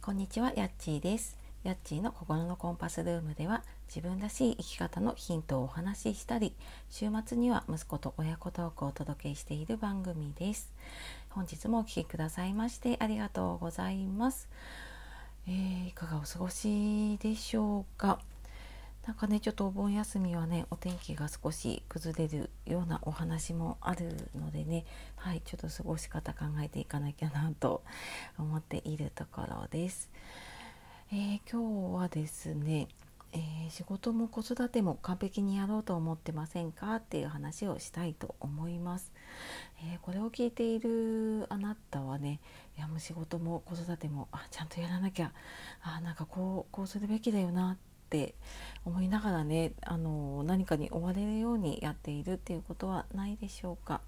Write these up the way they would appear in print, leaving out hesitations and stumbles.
こんにちは、やっちーです。やっちーの心のコンパスルームでは、自分らしい生き方のヒントをお話ししたり、週末には息子と親子トークをお届けしている番組です。本日もお聞きくださいましてありがとうございます。いかがお過ごしでしょうか。なんかね、ちょっとお盆休みはね、お天気が少し崩れるようなお話もあるのでね、ちょっと過ごし方考えていかなきゃなと思っているところです。今日はですね、仕事も子育ても完璧にやろうと思ってませんかっていう話をしたいと思います。これを聞いているあなたはね、いやもう仕事も子育てもちゃんとやらなきゃ、なんかこうするべきだよなって思いながらね、何かに追われるようにやっているっていうことはないでしょうか。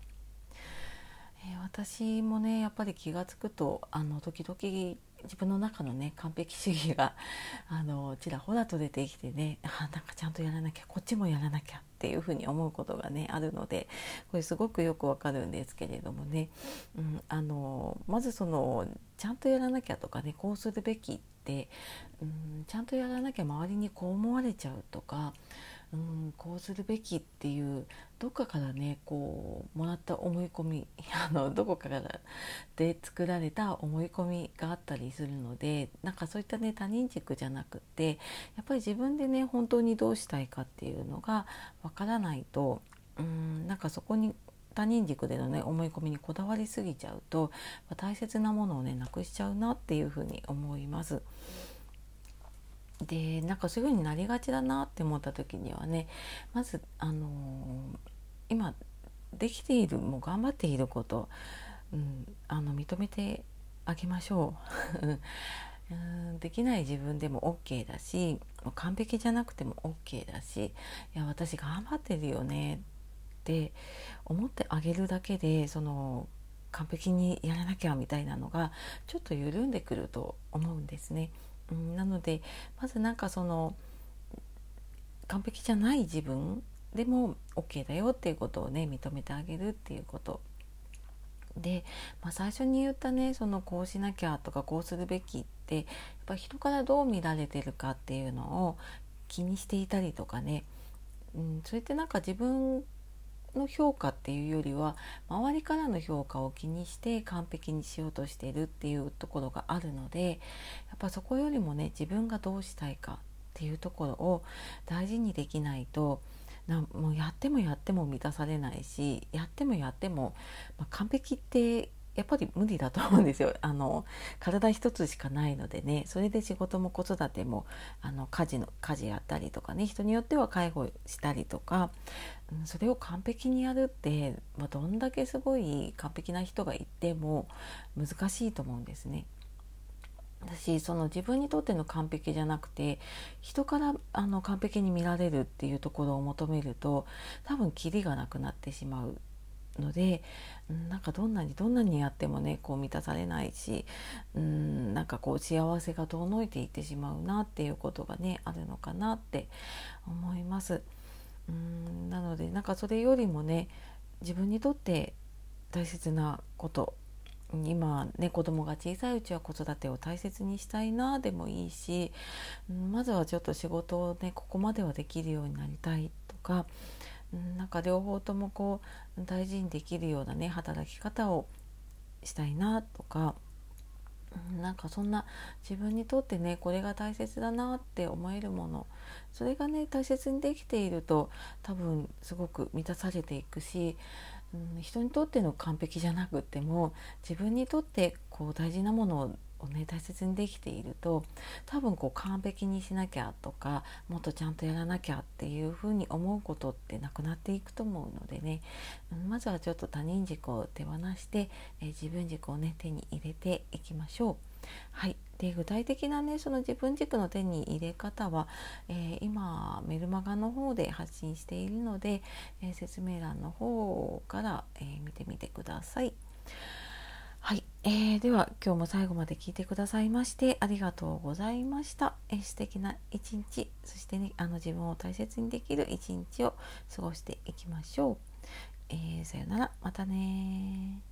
私もね、やっぱり気がつくと時々自分の中のね完璧主義がちらほらと出てきてね、なんかちゃんとやらなきゃ、こっちもやらなきゃっていうふうに思うことがねあるので、これすごくよくわかるんですけれどもね、まずそのちゃんとやらなきゃとかね、こうするべきって、ちゃんとやらなきゃ周りにこう思われちゃうとか、こうするべきっていうどっかからねこうもらった思い込みどこかからで作られた思い込みがあったりするので、なんかそういったね他人軸じゃなくて、やっぱり自分でね本当にどうしたいかっていうのがわからないと、なんかそこに他人軸でのね思い込みにこだわりすぎちゃうと、大切なものをねなくしちゃうなっていうふうに思います。で、なんかそういう風になりがちだなって思った時にはね、まず今できている、もう頑張っていること、認めてあげましょう。できない自分でも OK だし、完璧じゃなくても OK だし、いや私頑張ってるよねって思ってあげるだけで、その完璧にやらなきゃみたいなのがちょっと緩んでくると思うんですね。なのでまずなんかその完璧じゃない自分でも OK だよっていうことをね認めてあげるっていうことで、最初に言ったね、そのこうしなきゃとかこうするべきってやっぱ人からどう見られてるかっていうのを気にしていたりとかね、それってなんか自分の評価っていうよりは周りからの評価を気にして完璧にしようとしているっていうところがあるので、やっぱそこよりもね自分がどうしたいかっていうところを大事にできないと、もうやってもやっても満たされないし、やってもやっても、完璧ってやっぱり無理だと思うんですよ。体一つしかないのでね、それで仕事も子育ても家事やったりとかね、人によっては介護したりとか、それを完璧にやるって、どんだけすごい完璧な人がいても難しいと思うんですね。私その自分にとっての完璧じゃなくて、人から完璧に見られるっていうところを求めると多分キリがなくなってしまうので、なんかどんなにやってもねこう満たされないし、なんかこう幸せが遠のいていってしまうなっていうことがねあるのかなって思います。なのでなんかそれよりもね、自分にとって大切なこと、今ね子供が小さいうちは子育てを大切にしたいなでもいいし、まずはちょっと仕事をねここまではできるようになりたいとか、なんか両方ともこう大事にできるようなね働き方をしたいなとか、なんかそんな自分にとってねこれが大切だなって思えるもの、それがね大切にできていると多分すごく満たされていくし、人にとっての完璧じゃなくっても自分にとってこう大事なものをね大切にできていると、多分こう完璧にしなきゃとかもっとちゃんとやらなきゃっていうふうに思うことってなくなっていくと思うのでね、まずはちょっと他人軸を手放して、自分軸をね手に入れていきましょう。で具体的なねその自分軸の手に入れ方は、今メルマガの方で発信しているので、説明欄の方から、見てみてください。では今日も最後まで聞いてくださいましてありがとうございました。素敵な一日、そしてね自分を大切にできる一日を過ごしていきましょう。さよなら、またね。